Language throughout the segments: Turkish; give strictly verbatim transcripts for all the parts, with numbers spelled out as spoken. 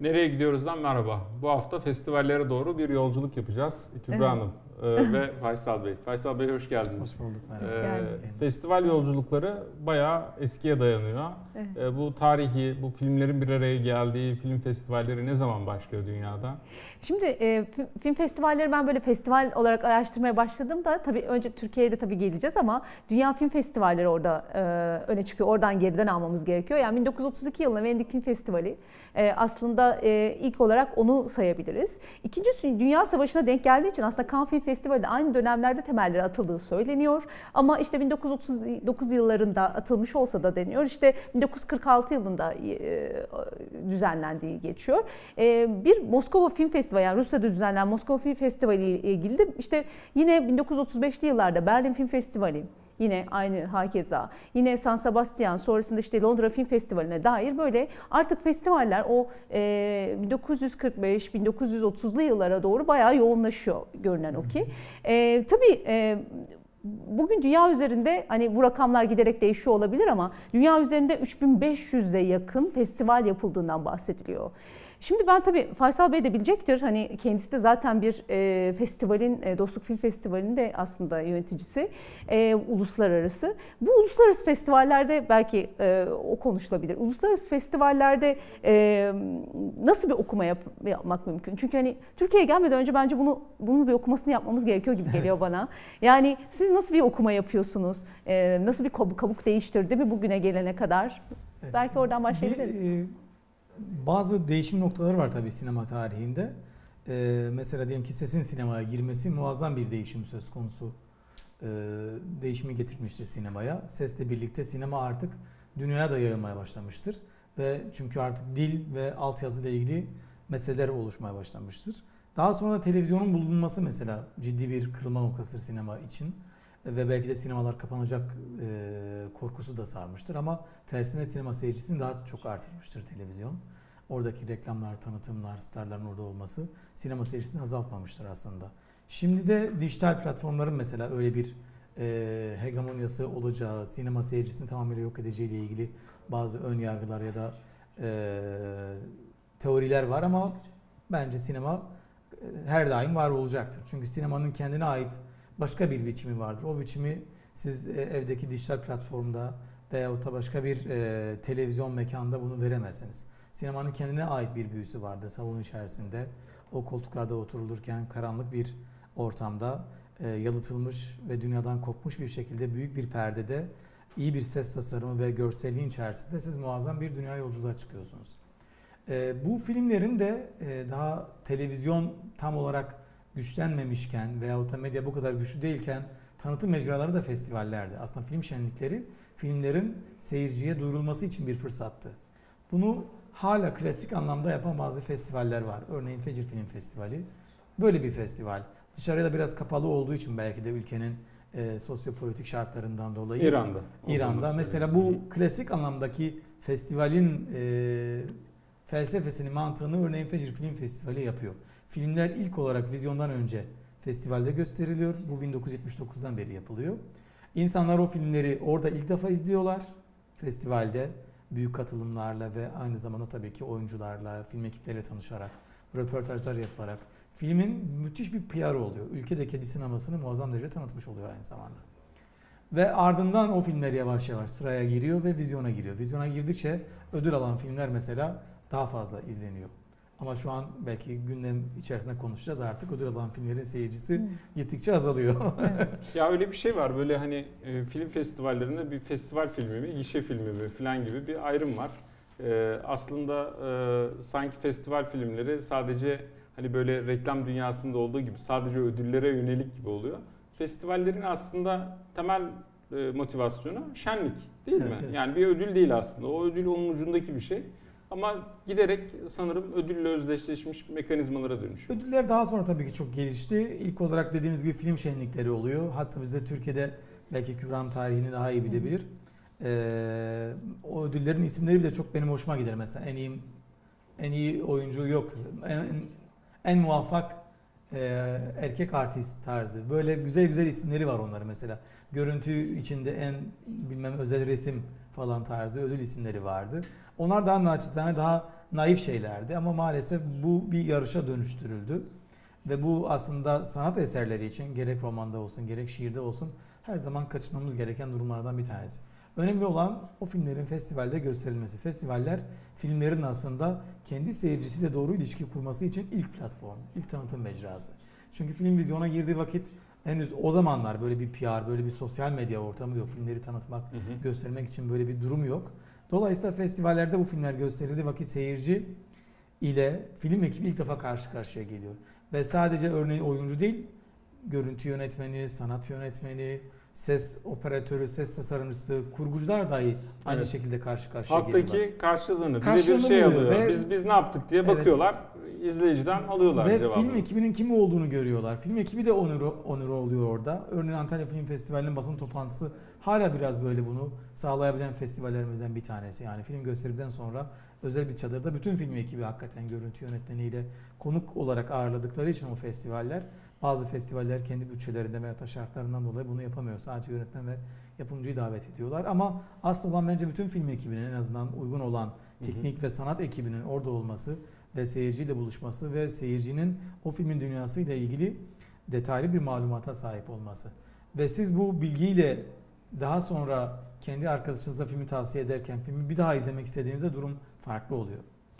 Nereye gidiyoruzdan merhaba. Bu hafta festivallere doğru bir yolculuk yapacağız. Kübra Evet. Hanım e, ve Faysal Bey. Faysal Bey hoş geldiniz. Hoş bulduk. Hoş E, geldiniz. festival yolculukları bayağı eskiye dayanıyor. Evet. E, bu tarihi, bu filmlerin bir araya geldiği film festivalleri ne zaman başlıyor dünyada? Şimdi e, film festivalleri ben böyle festival olarak araştırmaya başladığımda tabii önce Türkiye'de tabii geleceğiz ama Dünya Film Festivalleri orada e, öne çıkıyor. Oradan geriden almamız gerekiyor. Yani bin dokuz yüz otuz iki yılında Venedik Film Festivali e, aslında e, ilk olarak onu sayabiliriz. İkinci Dünya Savaşı'na denk geldiği için aslında Cannes Film Festivali de aynı dönemlerde temelleri atıldığı söyleniyor. Ama işte bin dokuz yüz otuz dokuz yıllarında atılmış olsa da deniyor. İşte bin dokuz yüz kırk altı yılında e, düzenlendiği geçiyor. E, bir Moskova Film Festivali, yani Rusya'da düzenlenen Moskova Film Festivali ile ilgili de işte yine bin dokuz yüz otuz beşli yıllarda Berlin Film Festivali, yine aynı hakeza, yine San Sebastian, sonrasında işte Londra Film Festivali'ne dair böyle artık festivaller o e, bin dokuz yüz kırk beş bin dokuz yüz otuzlu yıllara doğru bayağı yoğunlaşıyor görünen o ki. E, tabii e, bugün dünya üzerinde hani bu rakamlar giderek değişiyor olabilir ama dünya üzerinde üç bin beş yüze yakın festival yapıldığından bahsediliyor. Şimdi ben tabii Faysal Bey de bilecektir, hani kendisi de zaten bir e, festivalin, e, Dostluk Film Festivali'nin de aslında yöneticisi, e, uluslararası. Bu uluslararası festivallerde belki e, o konuşulabilir. Uluslararası festivallerde e, nasıl bir okuma yap, yapmak mümkün? Çünkü hani Türkiye'ye gelmeden önce bence bunu bunun bir okumasını yapmamız gerekiyor gibi geliyor bana. Yani siz nasıl bir okuma yapıyorsunuz? E, nasıl bir kabuk, kabuk değiştirdi mi bugüne gelene kadar? Evet. Belki oradan başlayabiliriz. Bir, e, bazı değişim noktaları var tabii sinema tarihinde. E, mesela diyelim ki sesin sinemaya girmesi muazzam bir değişim söz konusu. E, değişimi getirmiştir sinemaya. Sesle birlikte sinema artık dünyaya da yayılmaya başlamıştır. Ve çünkü artık dil ve altyazı ile ilgili meseleler oluşmaya başlamıştır. Daha sonra da televizyonun bulunması mesela ciddi bir kırılma noktasıdır sinema için. Ve belki de sinemalar kapanacak e, korkusu da sarmıştır ama tersine sinema seyircisini daha çok artırmıştır televizyon. Oradaki reklamlar, tanıtımlar, starların orada olması sinema seyircisini azaltmamıştır aslında. Şimdi de dijital platformların mesela öyle bir e, hegemonyası olacağı, sinema seyircisini tamamıyla yok edeceği ile ilgili bazı ön yargılar ya da e, teoriler var ama bence sinema e, her daim var olacaktır. Çünkü sinemanın kendine ait başka bir biçimi vardır. O biçimi siz evdeki dijital platformda veyahut da başka bir e, televizyon mekanda bunu veremezsiniz. Sinemanın kendine ait bir büyüsü vardır salon içerisinde. O koltuklarda oturulurken karanlık bir ortamda e, yalıtılmış ve dünyadan kopmuş bir şekilde büyük bir perdede iyi bir ses tasarımı ve görselliğin içerisinde siz muazzam bir dünya yolculuğa çıkıyorsunuz. E, bu filmlerin de e, daha televizyon tam olarak güçlenmemişken veyahut da medya bu kadar güçlü değilken tanıtım mecraları da festivallerdi. Aslında film şenlikleri filmlerin seyirciye duyurulması için bir fırsattı. Bunu hala klasik anlamda yapan bazı festivaller var. Örneğin Fecir Film Festivali böyle bir festival. Dışarıya da biraz kapalı olduğu için belki de ülkenin e, sosyopolitik şartlarından dolayı. İran'da. İran'da. Mesela bu klasik anlamdaki festivalin e, felsefesini, mantığını örneğin Fecir Film Festivali yapıyor. Filmler ilk olarak vizyondan önce festivalde gösteriliyor. Bu bin dokuz yüz yetmiş dokuzdan beri yapılıyor. İnsanlar o filmleri orada ilk defa izliyorlar. Festivalde büyük katılımlarla ve aynı zamanda tabii ki oyuncularla, film ekipleriyle tanışarak, röportajlar yapılarak filmin müthiş bir P R oluyor. Ülkedeki kedi sinemasını muazzam derecede tanıtmış oluyor aynı zamanda. Ve ardından o filmler yavaş yavaş sıraya giriyor ve vizyona giriyor. Vizyona girdikçe ödül alan filmler mesela daha fazla izleniyor. Ama şu an belki gündem içerisinde konuşacağız, artık ödül alan filmlerin seyircisi hmm. gittikçe azalıyor. Evet. Ya öyle bir şey var, böyle hani e, film festivallerinde bir festival filmi mi, gişe filmi mi falan gibi bir ayrım var. E, aslında e, sanki festival filmleri sadece hani böyle reklam dünyasında olduğu gibi sadece ödüllere yönelik gibi oluyor. Festivallerin aslında temel e, motivasyonu şenlik değil evet, mi? Evet. Yani bir ödül değil aslında, o ödül onun ucundaki bir şey. Ama giderek sanırım ödülle özdeşleşmiş mekanizmalara dönüşüyor. Ödüller daha sonra tabii ki çok gelişti. İlk olarak dediğiniz gibi film şenlikleri oluyor. Hatta bizde Türkiye'de belki Kübra'nın tarihini daha iyi bilebilir. Ee, o ödüllerin isimleri bile çok benim hoşuma gider. Mesela en iyi en iyi oyuncu yoktur. En, en, en muvaffak e, erkek artist tarzı. Böyle güzel güzel isimleri var onların mesela. Görüntü içinde en bilmem özel resim falan tarzı ödül isimleri vardı. Onlar daha naçizane, daha naif şeylerdi ama maalesef bu bir yarışa dönüştürüldü. Ve bu aslında sanat eserleri için gerek romanda olsun gerek şiirde olsun her zaman kaçınmamız gereken durumlardan bir tanesi. Önemli olan o filmlerin festivalde gösterilmesi. Festivaller filmlerin aslında kendi seyircisiyle doğru ilişki kurması için ilk platform, ilk tanıtım mecrası. Çünkü film vizyona girdiği vakit henüz o zamanlar böyle bir P R, böyle bir sosyal medya ortamı yok. Filmleri tanıtmak, hı hı. göstermek için böyle bir durum yok. Dolayısıyla festivallerde bu filmler gösterildiği vakit seyirci ile film ekibi ilk defa karşı karşıya geliyor. Ve sadece örneğin oyuncu değil, görüntü yönetmeni, sanat yönetmeni, ses operatörü, ses tasarımcısı, kurgucular dahi aynı evet. şekilde karşı karşıya Hattaki geliyorlar. Hattaki karşılığını, birebir şey alıyor. Ve biz biz ne yaptık diye evet. bakıyorlar, izleyiciden alıyorlar ve cevabını. Ve film ekibinin kim olduğunu görüyorlar. Film ekibi de onuru, onuru oluyor orada. Örneğin Antalya Film Festivali'nin basın toplantısı hala biraz böyle bunu sağlayabilen festivallerimizden bir tanesi. Yani film gösterimden sonra özel bir çadırda bütün film ekibi hakikaten görüntü yönetmeniyle konuk olarak ağırladıkları için o festivaller, bazı festivaller kendi bütçelerinden veya şartlarından dolayı bunu yapamıyor. Sadece yönetmen ve yapımcıyı davet ediyorlar. Ama asıl olan bence bütün film ekibinin en azından uygun olan teknik hı hı. ve sanat ekibinin orada olması ve seyirciyle buluşması ve seyircinin o filmin dünyasıyla ilgili detaylı bir malumata sahip olması. Ve siz bu bilgiyle daha sonra kendi arkadaşınıza filmi tavsiye ederken filmi bir daha izlemek istediğinizde durum farklı oluyor.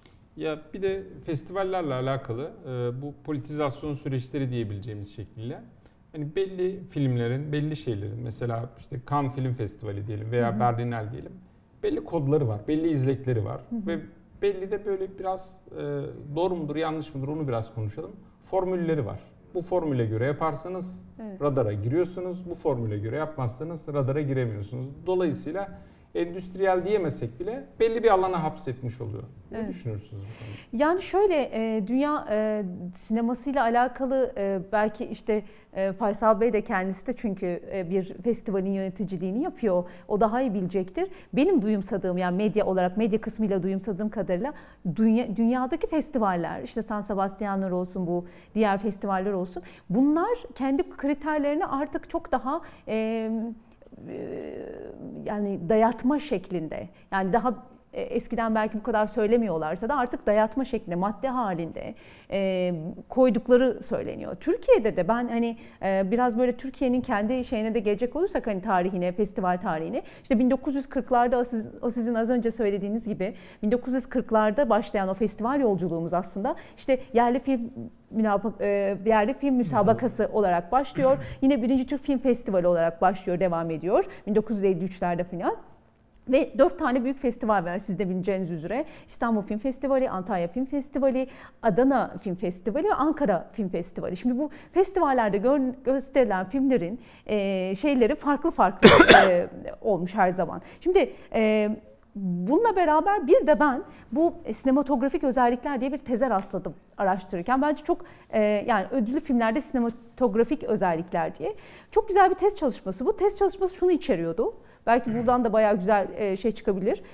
Ya bir de festivallerle alakalı bu politizasyon süreçleri diyebileceğimiz şekliyle hani belli filmlerin, belli şeylerin mesela işte Cannes Film Festivali diyelim veya hı hı. Berlinale diyelim belli kodları var, belli izlekleri var hı hı. ve belli de böyle biraz doğru mudur, yanlış mıdır onu biraz konuşalım. Formülleri var. Bu formüle göre yaparsanız evet. radara giriyorsunuz, bu formüle göre yapmazsanız radara giremiyorsunuz. Dolayısıyla endüstriyel diyemesek bile belli bir alana hapsetmiş oluyor. Ne evet. düşünürsünüz bu konuda? Yani şöyle dünya sinemasıyla alakalı belki işte Faysal Bey de kendisi de çünkü bir festivalin yöneticiliğini yapıyor. O daha iyi bilecektir. Benim duyumsadığım yani medya olarak medya kısmıyla duyumsadığım kadarıyla dünya, dünyadaki festivaller işte San Sebastianlar olsun bu diğer festivaller olsun bunlar kendi kriterlerini artık çok daha e, yani dayatma şeklinde yani daha eskiden belki bu kadar söylemiyorlarsa da artık dayatma şeklinde madde halinde e, koydukları söyleniyor. Türkiye'de de ben hani e, biraz böyle Türkiye'nin kendi şeyine de gelecek olursak hani tarihine, festival tarihine işte bin dokuz yüz kırklarda o, siz, o sizin az önce söylediğiniz gibi bin dokuz yüz kırklarda başlayan o festival yolculuğumuz aslında işte yerli film yerli film müsabakası olarak başlıyor. Yine birinci Türk Film Festivali olarak başlıyor, devam ediyor bin dokuz yüz elli üçlerde falan. Ve dört tane büyük festival var siz de bileceğiniz üzere. İstanbul Film Festivali, Antalya Film Festivali, Adana Film Festivali ve Ankara Film Festivali. Şimdi bu festivallerde gö- gösterilen filmlerin e, şeyleri farklı farklı e, olmuş her zaman. Şimdi e, bununla beraber bir de ben bu sinematografik özellikler diye bir teze rastladım araştırırken. Bence çok e, yani ödüllü filmlerde sinematografik özellikler diye. Çok güzel bir tez çalışması. Bu tez çalışması şunu içeriyordu. Belki buradan da bayağı güzel şey çıkabilir.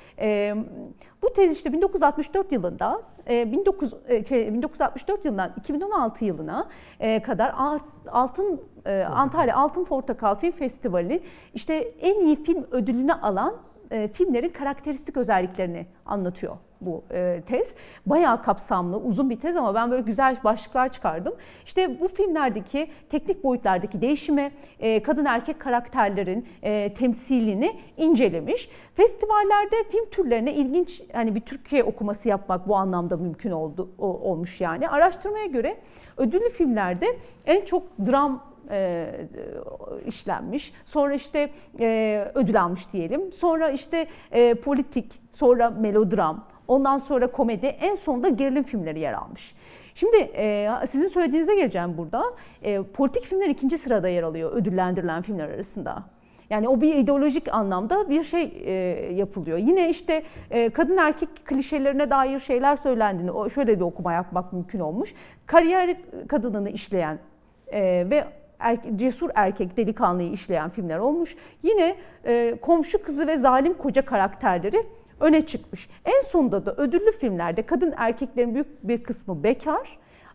Bu tez işte bin dokuz yüz altmış dört yılında, bin dokuz yüz altmış dört yılından iki bin on altı yılına kadar Altın Antalya Altın Portakal Film Festivali'nin işte en iyi film ödülünü alan filmlerin karakteristik özelliklerini anlatıyor bu e, tez. Bayağı kapsamlı, uzun bir tez ama ben böyle güzel başlıklar çıkardım. İşte bu filmlerdeki teknik boyutlardaki değişime, e, kadın erkek karakterlerin e, temsilini incelemiş. Festivallerde film türlerine ilginç hani bir Türkiye okuması yapmak bu anlamda mümkün oldu o, olmuş yani. Araştırmaya göre ödüllü filmlerde en çok dram E, işlenmiş. Sonra işte e, ödül almış diyelim. Sonra işte e, politik, sonra melodram, ondan sonra komedi, en sonunda gerilim filmleri yer almış. Şimdi e, sizin söylediğinize geleceğim burada. E, politik filmler ikinci sırada yer alıyor ödüllendirilen filmler arasında. Yani o bir ideolojik anlamda bir şey e, yapılıyor. Yine işte e, kadın erkek klişelerine dair şeyler söylendiğini, o şöyle bir okuma yapmak mümkün olmuş. Kariyer kadınını işleyen e, ve Er, cesur erkek delikanlıyı işleyen filmler olmuş. Yine e, komşu kızı ve zalim koca karakterleri öne çıkmış. En sonunda da ödüllü filmlerde kadın erkeklerin büyük bir kısmı bekar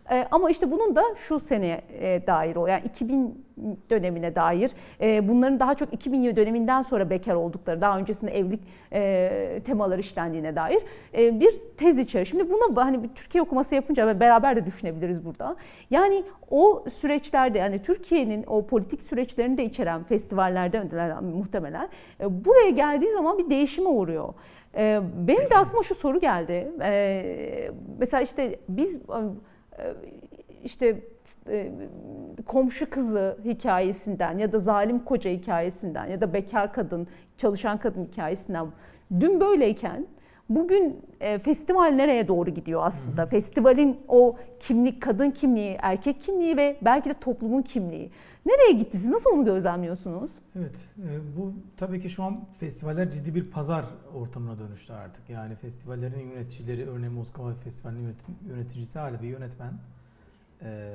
E, ama işte bunun da şu seneye e, dair o, yani iki bin dönemine dair, e, bunların daha çok iki bin döneminden sonra bekar oldukları, daha öncesinde evlilik e, temaları işlendiğine dair e, bir tez içeriyor. Şimdi buna hani bir Türkiye okuması yapınca ve beraber de düşünebiliriz burada. Yani o süreçlerde, yani Türkiye'nin o politik süreçlerini de içeren festivallerde muhtemelen e, buraya geldiği zaman bir değişime uğruyor. E, benim de aklıma şu soru geldi. E, mesela işte biz e, işte e, komşu kızı hikayesinden ya da zalim koca hikayesinden ya da bekar kadın, çalışan kadın hikayesinden dün böyleyken bugün e, festival nereye doğru gidiyor aslında? Hı hı. Festivalin o kimlik, kadın kimliği, erkek kimliği ve belki de toplumun kimliği nereye gitti? Siz nasıl onu gözlemliyorsunuz? Evet, e, bu tabii ki şu an festivaller ciddi bir pazar ortamına dönüştü artık. Yani festivallerin yöneticileri, örneğin Moskova Festivali'nin yöneticisi hala bir yönetmen. Ee,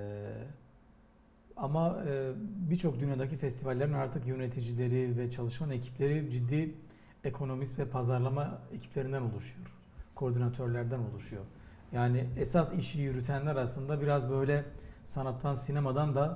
ama e, birçok dünyadaki festivallerin artık yöneticileri ve çalışan ekipleri ciddi ekonomist ve pazarlama ekiplerinden oluşuyor. Koordinatörlerden oluşuyor. Yani esas işi yürütenler aslında biraz böyle sanattan, sinemadan da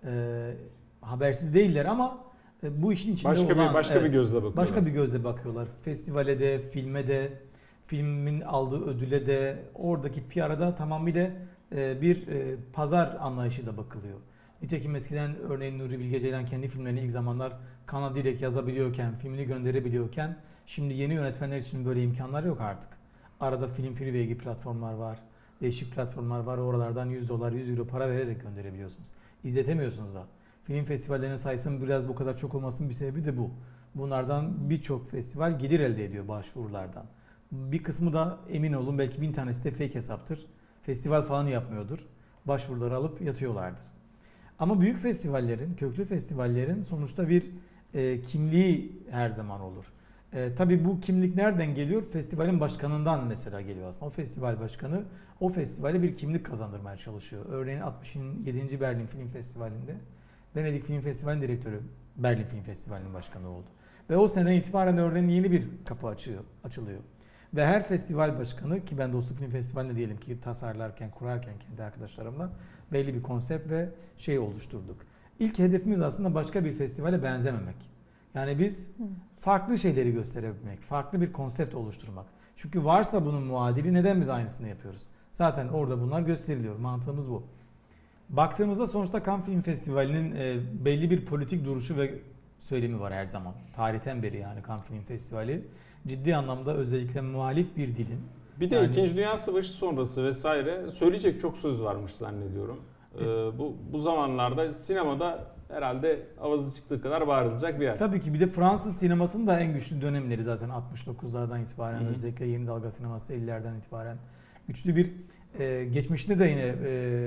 e, habersiz değiller ama e, bu işin içinde başka olan... Bir, başka evet, bir gözle bakıyorlar. Başka bir gözle bakıyorlar. Festivale de, filme de, filmin aldığı ödüle de, oradaki P R'a da tamamıyla bir pazar anlayışı da bakılıyor. Nitekim eskiden örneğin Nuri Bilge Ceylan kendi filmlerini ilk zamanlar Cannes'a direkt yazabiliyorken, filmini gönderebiliyorken şimdi yeni yönetmenler için böyle imkanlar yok artık. Arada Film Freeway gibi platformlar var, değişik platformlar var. Oralardan yüz dolar, yüz euro para vererek gönderebiliyorsunuz. İzletemiyorsunuz da. Film festivallerinin sayısının biraz bu kadar çok olmasının bir sebebi de bu. Bunlardan birçok festival gelir elde ediyor başvurulardan. Bir kısmı da emin olun belki bin tanesi de fake hesaptır. Festival falan yapmıyordur. Başvuruları alıp yatıyorlardır. Ama büyük festivallerin, köklü festivallerin sonuçta bir e, kimliği her zaman olur. E, tabii bu kimlik nereden geliyor? Festivalin başkanından mesela geliyor aslında. O festival başkanı o festivale bir kimlik kazandırmaya çalışıyor. Örneğin altmış yedinci Berlin Film Festivali'nde Venedik Film Festivali'nin direktörü Berlin Film Festivali'nin başkanı oldu. Ve o sene itibaren örneğin yeni bir kapı açıyor, açılıyor. Ve her festival başkanı, ki ben Dostluk Film Festivali'nde diyelim ki tasarlarken, kurarken kendi arkadaşlarımla belli bir konsept ve şey oluşturduk. İlk hedefimiz aslında başka bir festivale benzememek. Yani biz farklı şeyleri gösterebilmek, farklı bir konsept oluşturmak. Çünkü varsa bunun muadili neden biz aynısını yapıyoruz? Zaten orada bunlar gösteriliyor. Mantığımız bu. Baktığımızda sonuçta Cannes Film Festivali'nin belli bir politik duruşu ve söylemi var her zaman. Tarihten beri yani Cannes Film Festivali ciddi anlamda özellikle muhalif bir dilin. Bir de yani, İkinci Dünya Savaşı sonrası vesaire söyleyecek çok söz varmış zannediyorum. Ee, bu bu zamanlarda sinemada herhalde avazı çıktığı kadar bağırılacak bir yer. Tabii ki bir de Fransız sinemasının da en güçlü dönemleri zaten altmış dokuzlardan itibaren, hı hı. Özellikle yeni dalga sineması ellilerden itibaren güçlü bir e, geçmişte de yine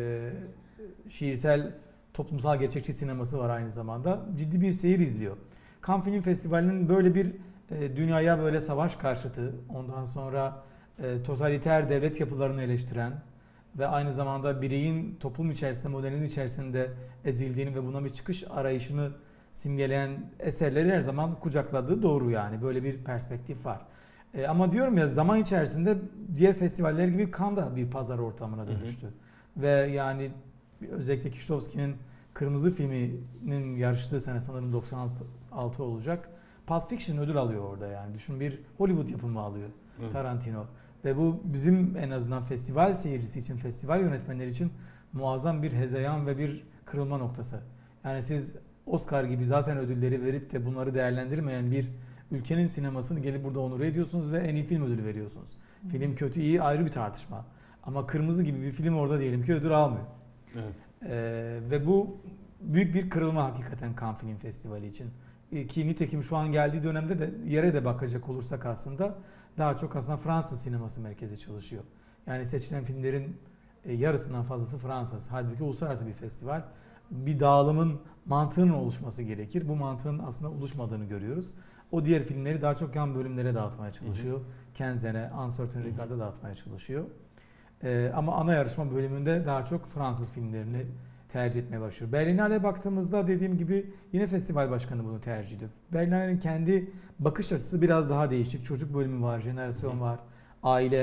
e, şiirsel toplumsal gerçekçi sineması var aynı zamanda. Ciddi bir seyir izliyor. Cannes Film Festivali'nin böyle bir e, dünyaya böyle savaş karşıtı, ondan sonra e, totaliter devlet yapılarını eleştiren ve aynı zamanda bireyin toplum içerisinde, modernizm içerisinde ezildiğini ve buna bir çıkış arayışını simgeleyen eserleri her zaman kucakladığı doğru yani. Böyle bir perspektif var. E, ama diyorum ya zaman içerisinde diğer festivaller gibi Cannes da bir pazar ortamına dönüştü. Hı hı. Ve yani özellikle Kieślowski'nin Kırmızı filminin yarıştığı sene sanırım doksan altı olacak. Pulp Fiction ödül alıyor orada yani. Düşün bir Hollywood yapımı alıyor Hı. Tarantino. Ve bu bizim en azından festival seyircisi için, festival yönetmenleri için muazzam bir hezeyan ve bir kırılma noktası. Yani siz Oscar gibi zaten ödülleri verip de bunları değerlendirmeyen bir ülkenin sinemasını gelip burada onur ediyorsunuz ve en iyi film ödülü veriyorsunuz. Hı. Film kötü iyi ayrı bir tartışma. Ama Kırmızı gibi bir film orada diyelim ki ödül almıyor. Evet. Ee, ve bu büyük bir kırılma hakikaten Cannes Film Festivali için. Ee, ki nitekim şu an geldiği dönemde de yere de bakacak olursak aslında daha çok aslında Fransız sineması merkezi çalışıyor. Yani seçilen filmlerin e, yarısından fazlası Fransız. Halbuki uluslararası bir festival. Bir dağılımın, mantığının oluşması gerekir. Bu mantığın aslında oluşmadığını görüyoruz. O diğer filmleri daha çok yan bölümlere dağıtmaya çalışıyor. Kenzen'e, Uncertain Regard'a dağıtmaya çalışıyor. Ee, ama ana yarışma bölümünde daha çok Fransız filmlerini tercih etmeye başlıyor. Berlinale'ye baktığımızda dediğim gibi yine festival başkanı bunu tercih ediyor. Berlinale'nin kendi bakış açısı biraz daha değişik. Çocuk bölümü var, jenerasyon var, aile,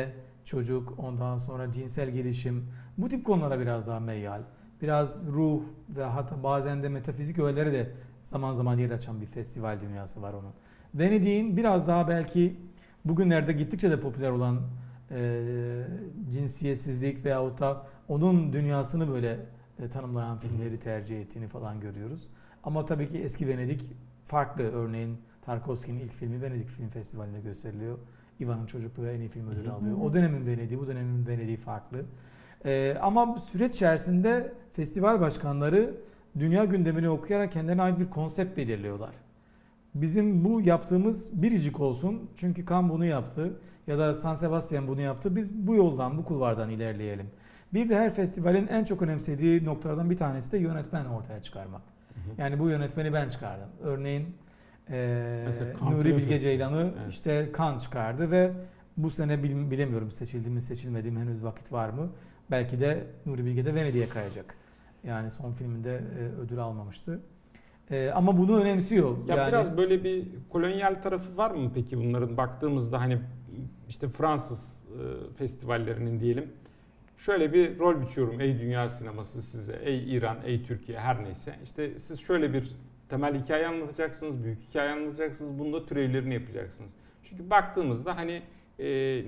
çocuk, ondan sonra cinsel gelişim, bu tip konulara biraz daha meyyal. Biraz ruh ve hatta bazen de metafizik öğelere de zaman zaman yer açan bir festival dünyası var onun. Venedik'in biraz daha belki bugünlerde gittikçe de popüler olan e, cinsiyetsizlik veyahut da onun dünyasını böyle e, tanımlayan filmleri tercih ettiğini falan görüyoruz. Ama tabii ki eski Venedik farklı. Örneğin Tarkovski'nin ilk filmi Venedik Film Festivali'nde gösteriliyor. Ivan'ın çocukluğu en iyi film ödülü alıyor. O dönemin Venedik'i, bu dönemin Venedik'i farklı. Ee, ama süreç içerisinde festival başkanları dünya gündemini okuyarak kendilerine ait bir konsept belirliyorlar. Bizim bu yaptığımız biricik olsun. Çünkü Cannes bunu yaptı ya da San Sebastian bunu yaptı. Biz bu yoldan, bu kulvardan ilerleyelim. Bir de her festivalin en çok önemsediği noktalardan bir tanesi de yönetmen ortaya çıkarmak. Yani bu yönetmeni ben çıkardım. Örneğin e, Nuri Bilge Ceylan'ı evet. işte Cannes çıkardı ve bu sene bilemiyorum seçildi mi seçilmedi mi, henüz vakit var mı? Belki de Nuri Bilge de Venedik'e kayacak. Yani son filminde e, ödül almamıştı. E, ama bunu önemsiyor. Ya yani, biraz böyle bir kolonyal tarafı var mı peki bunların, baktığımızda hani işte Fransız e, festivallerinin diyelim. Şöyle bir rol biçiyorum ey dünya sineması size, ey İran, ey Türkiye, her neyse. İşte siz şöyle bir temel hikaye anlatacaksınız, büyük hikaye anlatacaksınız, bunda türevlerini yapacaksınız. Çünkü baktığımızda hani e,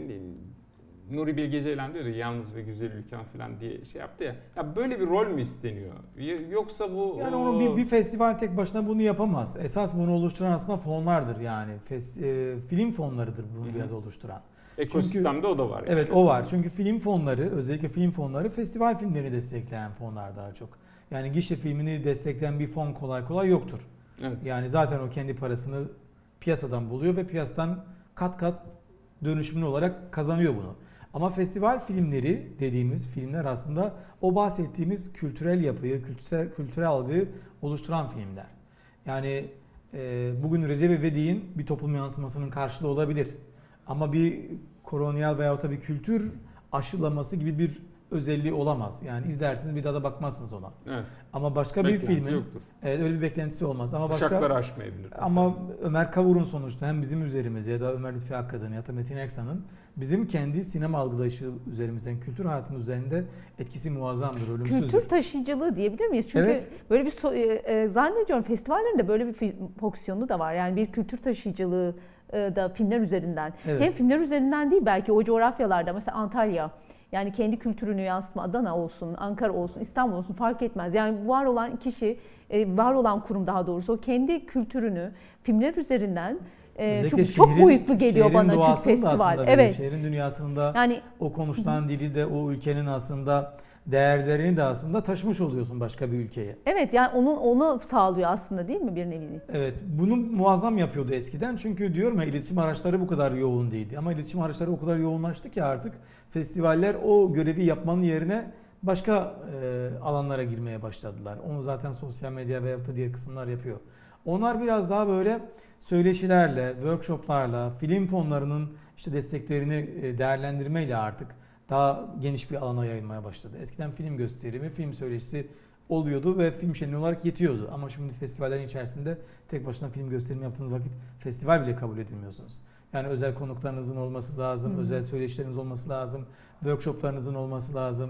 Nuri Bilge Ceylan diyor ya yalnız ve güzel ülkem falan diye şey yaptı ya. Ya böyle bir rol mü isteniyor? Yoksa bu... Yani onu bir, bir festival tek başına bunu yapamaz. Esas bunu oluşturan aslında fonlardır yani. Fes, e, film fonlarıdır bunu Hı-hı. biraz oluşturan. Ekosistemde Çünkü, o da var. Yani. Evet o var. Çünkü film fonları, özellikle film fonları festival filmlerini destekleyen fonlar daha çok. Yani gişe filmini destekleyen bir fon kolay kolay yoktur. Evet. Yani zaten o kendi parasını piyasadan buluyor ve piyasadan kat kat dönüşümlü olarak kazanıyor bunu. Ama festival filmleri dediğimiz filmler aslında o bahsettiğimiz kültürel yapıyı, kültürel, kültürel algıyı oluşturan filmler. Yani e, bugün Recep İvedik'in bir toplum yansımasının karşılığı olabilir. Ama bir kolonyal veyahut da bir kültür aşılaması gibi bir özelliği olamaz. Yani izlersiniz bir daha da bakmazsınız ona. Evet. Ama başka Beklenti bir filmin yoktur. Evet, öyle bir beklentisi olmaz. Ama başka Kuşakları aşmayabilir. Mesela. Ama Ömer Kavur'un sonuçta hem bizim üzerimize ya da Ömer Lütfi Akkad'ın ya da Metin Erksan'ın bizim kendi sinema algılayışı üzerimizden, kültür hayatımız üzerinde etkisi muazzamdır, ölümsüzdür. Kültür taşıyıcılığı diyebilir miyiz? Çünkü evet. böyle bir so- e, zannediyorum festivallerin de böyle bir fonksiyonu da var. Yani bir kültür taşıyıcılığı da filmler üzerinden. Evet. Hem filmler üzerinden değil belki o coğrafyalarda mesela Antalya. Yani kendi kültürünü yansıtma, Adana olsun, Ankara olsun, İstanbul olsun fark etmez. Yani var olan kişi, var olan kurum daha doğrusu o kendi kültürünü filmler üzerinden çok, şehrin, çok boyutlu geliyor bana çünkü festival. Evet. Şehrin dünyasında yani, o konuşulan dili de o ülkenin aslında değerlerini de aslında taşımış oluyorsun başka bir ülkeye. Evet yani onun onu sağlıyor aslında değil mi bir nevi? Evet bunu muazzam yapıyordu eskiden çünkü diyorum ya iletişim araçları bu kadar yoğun değildi. Ama iletişim araçları o kadar yoğunlaştı ki artık festivaller o görevi yapmanın yerine başka e, alanlara girmeye başladılar. Onu zaten sosyal medya veyahut da diğer kısımlar yapıyor. Onlar biraz daha böyle söyleşilerle, workshoplarla, film fonlarının işte desteklerini değerlendirmeyle artık daha geniş bir alana yayılmaya başladı. Eskiden film gösterimi, film söyleşisi oluyordu ve film şenliği olarak yetiyordu. Ama şimdi festivallerin içerisinde tek başına film gösterimi yaptığınız vakit festival bile kabul edilmiyorsunuz. Yani özel konuklarınızın olması lazım, hmm. özel söyleşileriniz olması lazım, workshoplarınızın olması lazım.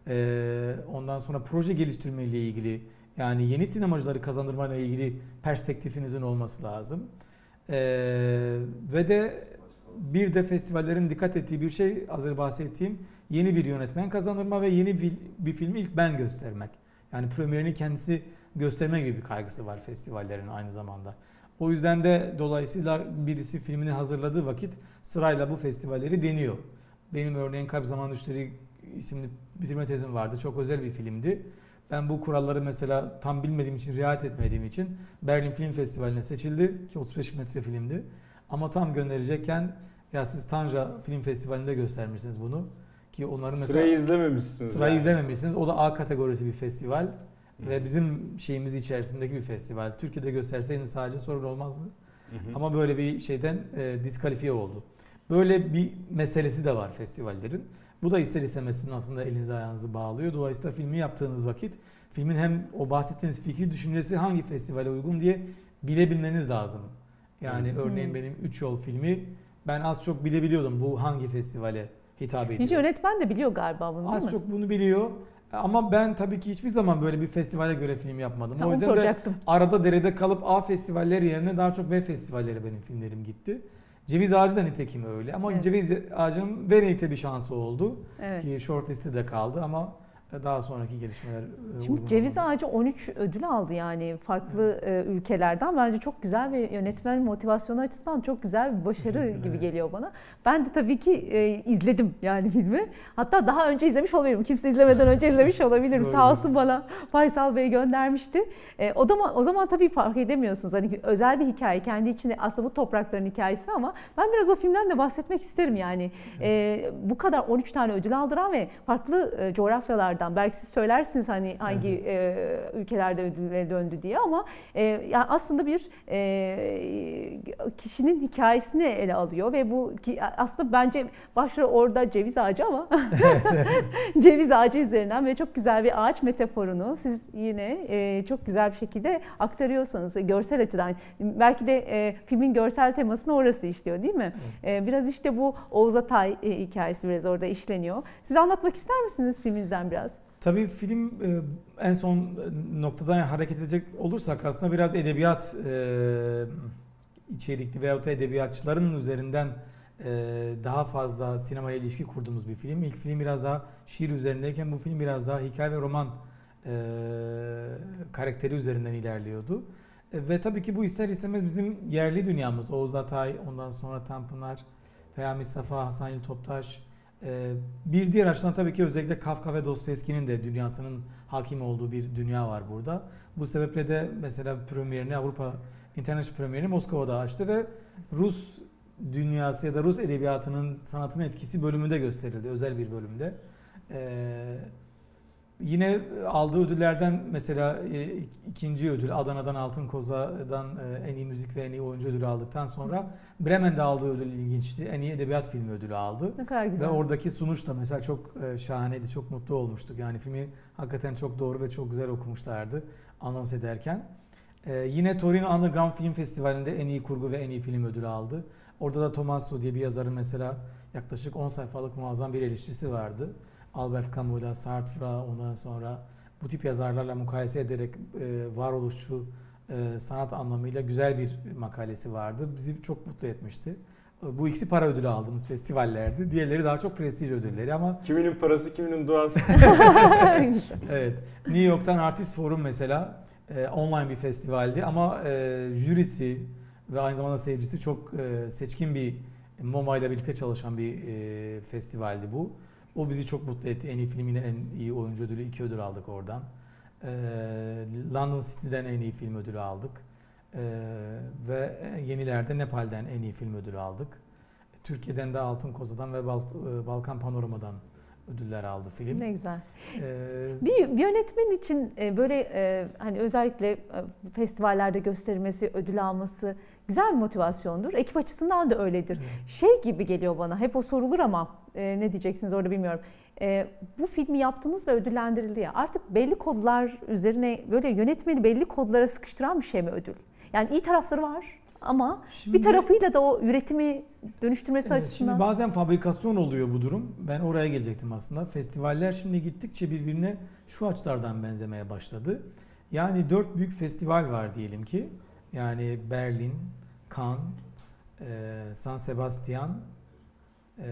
Ee, ondan sonra proje geliştirme ile ilgili, yani yeni sinemacıları kazandırmayla ilgili perspektifinizin olması lazım. Ee, ve de bir de festivallerin dikkat ettiği bir şey, az önce bahsettiğim yeni bir yönetmen kazandırma ve yeni bir filmi ilk ben göstermek. Yani premierini kendisi gösterme gibi bir kaygısı var festivallerin aynı zamanda. O yüzden de dolayısıyla birisi filmini hazırladığı vakit sırayla bu festivalleri deniyor. Benim örneğin Kayıp Zaman Düşleri isimli bitirme tezim vardı. Çok özel bir filmdi. Ben bu kuralları mesela tam bilmediğim için, riayet etmediğim için Berlin Film Festivali'ne seçildi ki otuz beş metre filmdi. Ama tam gönderecekken ya siz Tanja Film Festivali'nde göstermişsiniz bunu ki onların mesela sırayı izlememişsiniz. Sırayı yani. izlememişsiniz. O da A kategorisi bir festival Hı. ve bizim şeyimiz içerisindeki bir festival. Türkiye'de gösterseydiniz sadece sorun olmazdı. Hı hı. Ama böyle bir şeyden e, diskalifiye oldu. Böyle bir meselesi de var festivallerin. Bu da ister istemez sizin aslında elinizi ayağınızı bağlıyor. Dolayısıyla filmi yaptığınız vakit filmin hem o bahsettiğiniz fikri düşüncesi hangi festivale uygun diye bilebilmeniz lazım. Yani hmm. örneğin benim Üç Yol filmi ben az çok bilebiliyordum bu hangi festivale hitap ediyor. Bir yönetmen de biliyor galiba bunu, değil Az mi? çok bunu biliyor. Ama ben tabii ki hiçbir zaman böyle bir festivale göre film yapmadım. Ha, o onu yüzden soracaktım. de arada derede kalıp A festivalleri yerine daha çok B festivalleri benim filmlerim gitti. Ceviz Ağacı da nitekim öyle ama Evet. Ceviz Ağacı'nın Venedik'te bir şansı oldu. Evet. Ki short listede kaldı ama daha sonraki gelişmeler Şimdi uygun Ceviz olmadı. Ağacı on üç ödül aldı yani farklı evet. ülkelerden. Bence çok güzel ve yönetmen motivasyonu açısından çok güzel bir başarı gibi evet. geliyor bana. Ben de tabii ki e, izledim yani filmi. Hatta daha önce izlemiş olabilirim. Kimse izlemeden önce izlemiş olabilirim. Sağ olsun bana Faysal Bey göndermişti. E, o zaman o zaman tabii fark edemiyorsunuz. Hani özel bir hikaye kendi içinde aslında bu toprakların hikayesi ama ben biraz o filmden de bahsetmek isterim yani. Evet. E, bu kadar on üç tane ödül aldıran ve farklı e, coğrafyalardan belki siz söylersiniz hani hangi evet. e, ülkelerde ödüle döndü diye ama e, yani aslında bir e, kişinin hikayesini ele alıyor ve bu ki, aslında bence başrol orada ceviz ağacı ama ceviz ağacı üzerinden ve çok güzel bir ağaç metaforunu siz yine e, çok güzel bir şekilde aktarıyorsanız görsel açıdan belki de e, filmin görsel temasını orası işliyor değil mi? Evet. E, biraz işte bu Oğuz Atay e, hikayesi biraz orada işleniyor. Siz anlatmak ister misiniz filminizden biraz? Tabii film e, en son noktadan hareket edecek olursak aslında biraz edebiyat e, içerikli veyahut da edebiyatçıların üzerinden e, daha fazla sinemaya ilişki kurduğumuz bir film. İlk film biraz daha şiir üzerindeyken bu film biraz daha hikaye ve roman e, karakteri üzerinden ilerliyordu. E, ve tabii ki bu ister istemez bizim yerli dünyamız. Oğuz Atay, ondan sonra Tanpınar, Peyami Safa, Hasan Yıl Toptaş. Bir diğer açıdan tabii ki özellikle Kafka ve Dostoyevski'nin de dünyasının hakim olduğu bir dünya var burada. Bu sebeple de mesela premierini Avrupa International premierini Moskova'da açtı ve Rus dünyası ya da Rus edebiyatının sanatının etkisi bölümünde gösterildi. Özel bir bölümde. Ee, yine aldığı ödüllerden mesela ikinci ödül Adana'dan Altın Koza'dan en iyi müzik ve en iyi oyuncu ödülü aldıktan sonra Bremen'de aldığı ödül ilginçti. En iyi edebiyat filmi ödülü aldı. Ne kadar güzel. Ve oradaki sunuş da mesela çok şahaneydi. Çok mutlu olmuştuk. Yani filmi hakikaten çok doğru ve çok güzel okumuşlardı anons ederken. Ee, yine Torino Underground Film Festivali'nde en iyi kurgu ve en iyi film ödülü aldı. Orada da Tommaso diye bir yazarın mesela yaklaşık on sayfalık muazzam bir eleştirisi vardı. Albert Camus'la, Sartre'la ondan sonra bu tip yazarlarla mukayese ederek e, varoluşçu e, sanat anlamıyla güzel bir makalesi vardı. Bizi çok mutlu etmişti. Bu ikisi para ödülü aldığımız festivallerdi. Diğerleri daha çok prestij ödülleri ama... Kiminin parası, kiminin duası. Evet. New York'tan Artist Forum mesela e, online bir festivaldi ama e, jürisi ve aynı zamanda seyircisi çok e, seçkin bir MoMA ile birlikte çalışan bir e, festivaldi bu. O bizi çok mutlu etti. En iyi filmine en iyi oyuncu ödülü, iki ödül aldık oradan. Ee, London City'den en iyi film ödülü aldık. Ee, ve yenilerde Nepal'den en iyi film ödülü aldık. Türkiye'den de Altın Koza'dan ve Bal Balkan Panorama'dan ödüller aldı film. Ne güzel. Ee, bir, bir yönetmen için böyle hani özellikle festivallerde gösterilmesi, ödül alması güzel bir motivasyondur. Ekip açısından da öyledir. Evet. Şey gibi geliyor bana, hep o sorulur ama e, ne diyeceksiniz orada bilmiyorum. E, bu filmi yaptınız ve ödüllendirildi ya. Artık belli kodlar üzerine böyle yönetmeni belli kodlara sıkıştıran bir şey mi ödül? Yani iyi tarafları var ama şimdi, bir tarafıyla da o üretimi dönüştürmesi evet, açısından. Şimdi bazen fabrikasyon oluyor bu durum. Ben oraya gelecektim aslında. Festivaller şimdi gittikçe birbirine şu açılardan benzemeye başladı. Yani dört büyük festival var diyelim ki. Yani Berlin, Cannes, e, San Sebastian, e,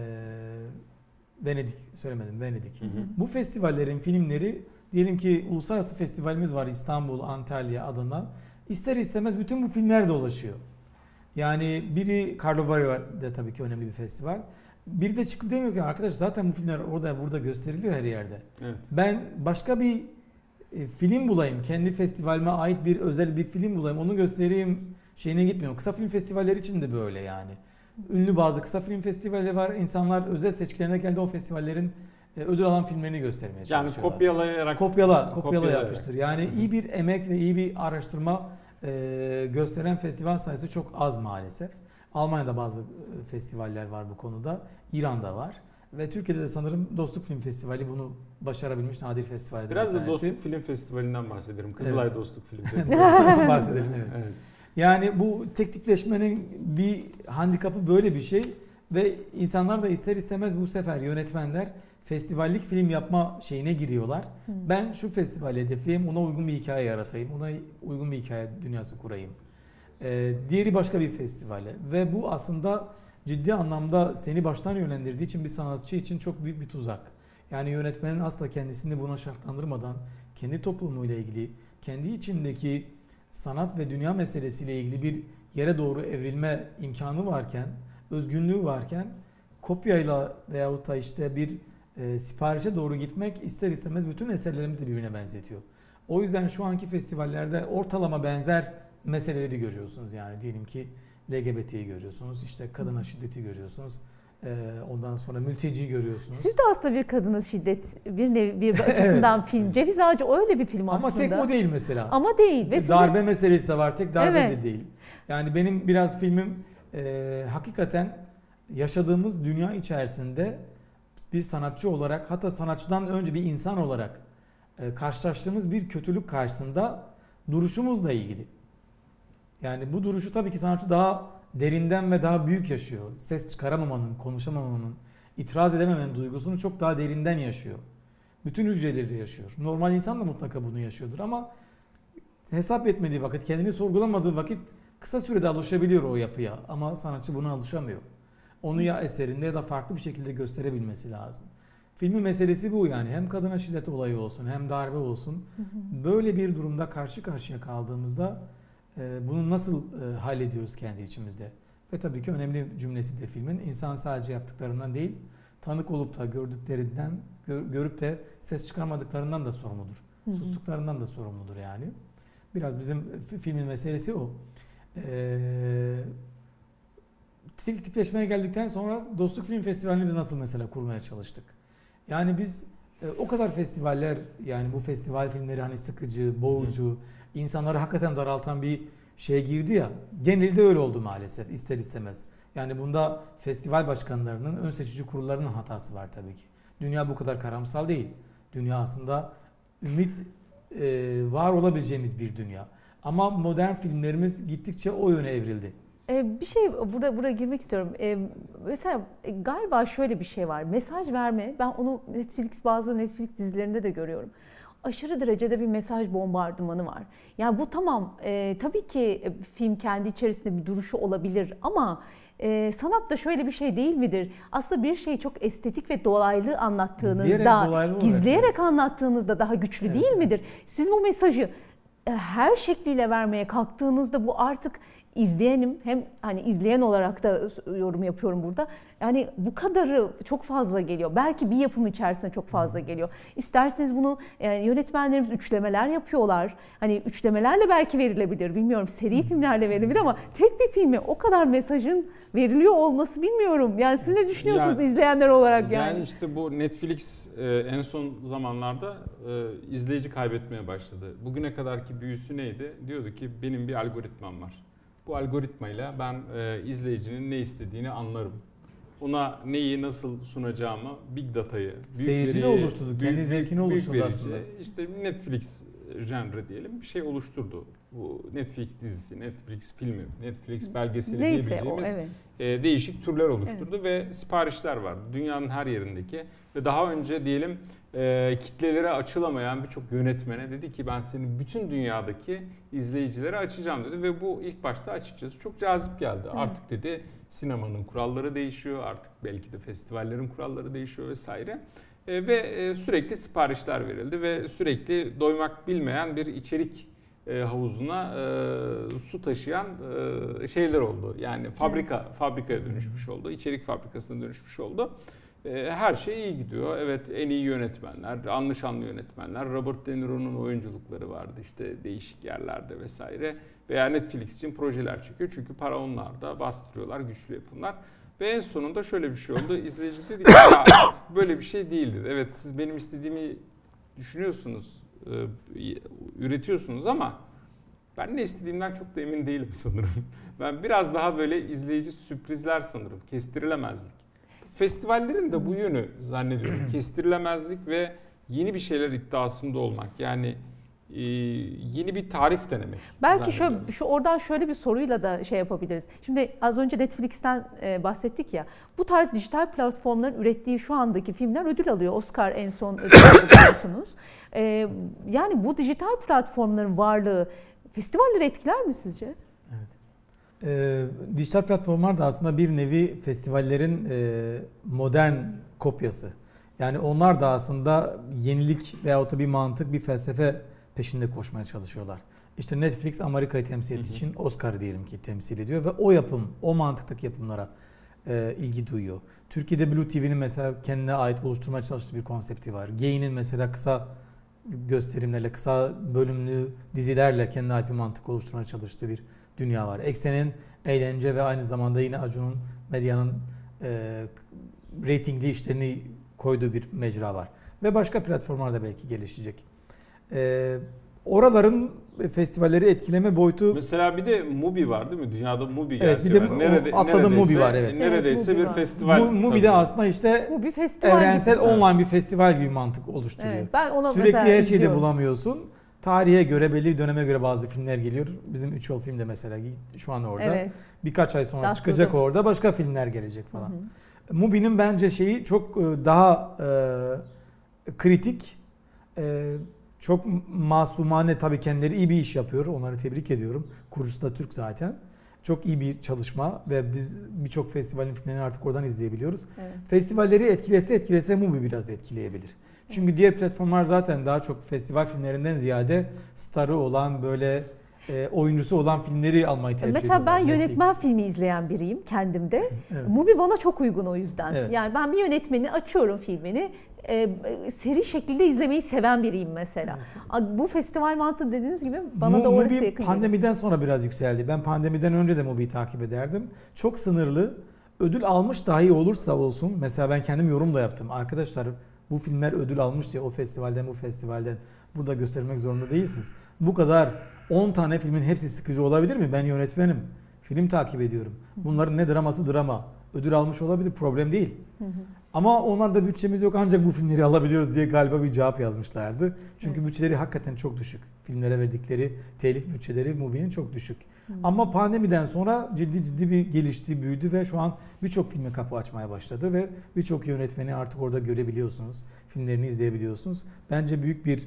Venedik, söylemedim Venedik. Hı hı. Bu festivallerin filmleri, diyelim ki uluslararası festivalimiz var İstanbul, Antalya, Adana. İster istemez bütün bu filmler dolaşıyor. Yani biri Karlovar'da tabii ki önemli bir festival. Biri de çıkıp demiyor ki arkadaş zaten bu filmler orada burada gösteriliyor her yerde. Evet. Ben başka bir e, film bulayım, kendi festivalime ait bir özel bir film bulayım, onu göstereyim şeyine gitmiyor. Kısa film festivalleri için de böyle yani. Ünlü bazı kısa film festivalleri var. İnsanlar özel seçkilerine geldi o festivallerin e, ödül alan filmlerini göstermeye çalışıyorlar. Yani kopyalayarak kopyala kopyala yapıştır. Yani Hı-hı. iyi bir emek ve iyi bir araştırma e, gösteren festival sayısı çok az maalesef. Almanya'da bazı festivaller var bu konuda. İran'da var. Ve Türkiye'de de sanırım Dostluk Film Festivali bunu başarabilmiş nadir festivallerden bir tanesi. Biraz da Dostluk Film Festivali'nden bahsedelim. Kızılay evet. Dostluk Film Festivali. Bahsedelim evet. evet. Yani bu tek tipleşmenin bir handikapı böyle bir şey. Ve insanlar da ister istemez bu sefer yönetmenler festivallik film yapma şeyine giriyorlar. Hı. Ben şu festivali hedefleyeyim, ona uygun bir hikaye yaratayım, ona uygun bir hikaye dünyası kurayım. Ee, diğeri başka bir festivale ve bu aslında ciddi anlamda seni baştan yönlendirdiği için bir sanatçı için çok büyük bir tuzak. Yani yönetmenin asla kendisini buna şartlandırmadan kendi toplumuyla ilgili, kendi içindeki sanat ve dünya meselesiyle ilgili bir yere doğru evrilme imkanı varken, özgünlüğü varken kopyayla veyahut da işte bir e, siparişe doğru gitmek ister istemez bütün eserlerimizi birbirine benzetiyor. O yüzden şu anki festivallerde ortalama benzer meseleleri görüyorsunuz. Yani diyelim ki L G B T'yi görüyorsunuz, işte kadına şiddeti görüyorsunuz, e, ondan sonra mülteci görüyorsunuz. Siz de aslında bir kadına şiddet, bir nevi, bir açısından evet. film. Ceviz Ağacı öyle bir film aslında. Ama tek o değil mesela. Ama değil. Ve darbe size... meselesi de var, tek darbe evet. de değil. Yani benim biraz filmim e, hakikaten yaşadığımız dünya içerisinde bir sanatçı olarak, hatta sanatçıdan önce bir insan olarak e, karşılaştığımız bir kötülük karşısında duruşumuzla ilgili. Yani bu duruşu tabii ki sanatçı daha derinden ve daha büyük yaşıyor. Ses çıkaramamanın, konuşamamanın, itiraz edememenin duygusunu çok daha derinden yaşıyor. Bütün hücreleri yaşıyor. Normal insan da mutlaka bunu yaşıyordur ama hesap etmediği vakit, kendini sorgulamadığı vakit kısa sürede alışabiliyor o yapıya. Ama sanatçı buna alışamıyor. Onu ya eserinde ya da farklı bir şekilde gösterebilmesi lazım. Filmin meselesi bu yani. Hem kadına şiddet olayı olsun hem darbe olsun. Böyle bir durumda karşı karşıya kaldığımızda bunu nasıl hallediyoruz kendi içimizde? Ve tabii ki önemli cümlesi de filmin, insan sadece yaptıklarından değil, tanık olup da gördüklerinden, görüp de ses çıkarmadıklarından da sorumludur. Hı hı. Sustuklarından da sorumludur yani. Biraz bizim filmin meselesi o. Ee, tipleşmeye geldikten sonra Dostluk Film Festivali'ni biz nasıl mesela kurmaya çalıştık? Yani biz e, o kadar festivaller, yani bu festival filmleri hani sıkıcı, boğucu, hı. insanları hakikaten daraltan bir şeye girdi ya, genelde öyle oldu maalesef ister istemez. Yani bunda festival başkanlarının, ön seçici kurullarının hatası var tabii ki. Dünya bu kadar karamsal değil. Dünya aslında ümit e, var olabileceğimiz bir dünya. Ama modern filmlerimiz gittikçe o yöne evrildi. Ee, bir şey burada buraya girmek istiyorum. Ee, mesela galiba şöyle bir şey var. Mesaj verme. Ben onu Netflix bazı Netflix dizilerinde de görüyorum. Aşırı derecede bir mesaj bombardımanı var. Yani bu tamam. E, tabii ki film kendi içerisinde bir duruşu olabilir ama e, sanat da şöyle bir şey değil midir? Aslında bir şeyi çok estetik ve dolaylı anlattığınızda, dolaylı gizleyerek evet. anlattığınızda daha güçlü evet, değil evet. midir? Siz bu mesajı e, her şekliyle vermeye kalktığınızda bu artık izleyenim, hem hani izleyen olarak da yorum yapıyorum burada. Yani bu kadarı çok fazla geliyor. Belki bir yapım içerisinde çok fazla geliyor. İsterseniz bunu yani yönetmenlerimiz üçlemeler yapıyorlar. Hani üçlemelerle belki verilebilir, bilmiyorum. Seri filmlerle verilebilir ama tek bir filme o kadar mesajın veriliyor olması bilmiyorum. Yani siz ne düşünüyorsunuz yani, izleyenler olarak yani? Yani işte bu Netflix e, en son zamanlarda e, izleyici kaybetmeye başladı. Bugüne kadarki büyüsü neydi? Diyordu ki benim bir algoritmam var. Bu algoritmayla ben e, izleyicinin ne istediğini anlarım. Ona neyi nasıl sunacağımı, big data'yı, seyirci de oluşturdu, kendi zevkini oluşturdu aslında. İşte Netflix genre diyelim bir şey oluşturdu. Bu Netflix dizisi, Netflix filmi, Netflix belgeseli neyse, diyebileceğimiz o, evet. e, değişik türler oluşturdu evet. ve siparişler var. Dünyanın her yerindeki ve daha önce diyelim e, kitlelere açılamayan birçok yönetmene dedi ki ben senin bütün dünyadaki izleyicilere açacağım dedi ve bu ilk başta açıkçası çok cazip geldi. Evet. Artık dedi sinemanın kuralları değişiyor, artık belki de festivallerin kuralları değişiyor vesaire. E, ve e, sürekli siparişler verildi ve sürekli doymak bilmeyen bir içerik e, havuzuna e, su taşıyan e, şeyler oldu. Yani fabrika evet. fabrikaya dönüşmüş oldu, içerik fabrikasına dönüşmüş oldu. E, her şey iyi gidiyor. Evet, en iyi yönetmenler, anlı şanlı yönetmenler, Robert De Niro'nun oyunculukları vardı işte değişik yerlerde vesaire. Veya Netflix için projeler çekiyor çünkü para onlarda, bastırıyorlar, güçlü yapımlar. Ve en sonunda şöyle bir şey oldu. İzleyici dedi ki ya böyle bir şey değildi. Evet siz benim istediğimi düşünüyorsunuz, üretiyorsunuz ama ben ne istediğimden çok da emin değilim sanırım. Ben biraz daha böyle izleyici sürprizler sanırım, kestirilemezlik. Festivallerin de bu yönü zannediyorum. Kestirilemezlik ve yeni bir şeyler iddiasında olmak. Yani yeni bir tarif denemek. Belki şöyle, şu oradan şöyle bir soruyla da şey yapabiliriz. Şimdi az önce Netflix'ten bahsettik ya. Bu tarz dijital platformların ürettiği şu andaki filmler ödül alıyor. Oscar en son ödül aldı biliyorsunuz. Yani bu dijital platformların varlığı festivalleri etkiler mi sizce? Evet. Ee, dijital platformlar da aslında bir nevi festivallerin e, modern kopyası. Yani onlar da aslında yenilik veyahut da bir mantık, bir felsefe peşinde koşmaya çalışıyorlar. İşte Netflix Amerika'yı temsil ettiği için Oscar diyelim ki temsil ediyor ve o yapım, o mantıktaki yapımlara e, ilgi duyuyor. Türkiye'de Blue T V'nin mesela kendine ait oluşturmaya çalıştığı bir konsepti var. Gain'in mesela kısa gösterimlerle, kısa bölümlü dizilerle kendine ait bir mantık oluşturmaya çalıştığı bir dünya var. Eksen'in eğlence ve aynı zamanda yine Acun'un, medyanın e, reytingli işlerini koyduğu bir mecra var. Ve başka platformlarda belki gelişecek. E, oraların festivalleri etkileme boyutu... Mesela bir de Mubi var değil mi? Dünyada Mubi evet, bir de var. Nerede, atladım Mubi var evet. Neredeyse evet, bir var. festival. Mubi de aslında işte Mubi festival evrensel gibi. online bir festival gibi mantık oluşturuyor. Evet, ben ona sürekli her şeyi de izliyorum. bulamıyorsun. Tarihe göre, belli bir döneme göre bazı filmler geliyor. Bizim Üç Yol film de mesela şu an orada. Evet. Birkaç ay sonra Rastladım. çıkacak orada, başka filmler gelecek falan. Hı hı. Mubi'nin bence şeyi çok daha e, kritik, e, çok masumane, tabii kendileri iyi bir iş yapıyor. Onları tebrik ediyorum. Kurusu da Türk zaten. Çok iyi bir çalışma ve biz birçok festivalin filmlerini artık oradan izleyebiliyoruz. Evet. Festivalleri etkilese etkilese Mubi biraz etkileyebilir. Çünkü diğer platformlar zaten daha çok festival filmlerinden ziyade starı olan, böyle e, oyuncusu olan filmleri almayı tercih ediyorlar. Mesela ben Netflix. Yönetmen filmi izleyen biriyim kendimde. Evet. Mubi bana çok uygun o yüzden. Evet. Yani ben bir yönetmeni açıyorum filmini. E, seri şekilde izlemeyi seven biriyim mesela. Evet. Bu festival mantığı dediğiniz gibi bana Mu, da orası Mubi yakın. pandemiden sonra biraz yükseldi. Ben pandemiden önce de Mubi'yi takip ederdim. Çok sınırlı. Ödül almış dahi olursa olsun. Mesela ben kendim yorum da yaptım. Arkadaşlar bu filmler ödül almış diye o festivalden bu festivalden burada göstermek zorunda değilsiniz. Bu kadar on tane filmin hepsi sıkıcı olabilir mi? Ben yönetmenim. Film takip ediyorum. Bunların ne draması drama. Ödül almış olabilir, problem değil. Hı hı. Ama onlarda bütçemiz yok ancak bu filmleri alabiliyoruz diye galiba bir cevap yazmışlardı. Çünkü evet. bütçeleri hakikaten çok düşük. Filmlere verdikleri telif bütçeleri Mubi'nin çok düşük. Hı. Ama pandemiden sonra ciddi ciddi bir gelişti, büyüdü ve şu an birçok filme kapı açmaya başladı ve birçok yönetmeni artık orada görebiliyorsunuz. Filmlerini izleyebiliyorsunuz. Bence büyük bir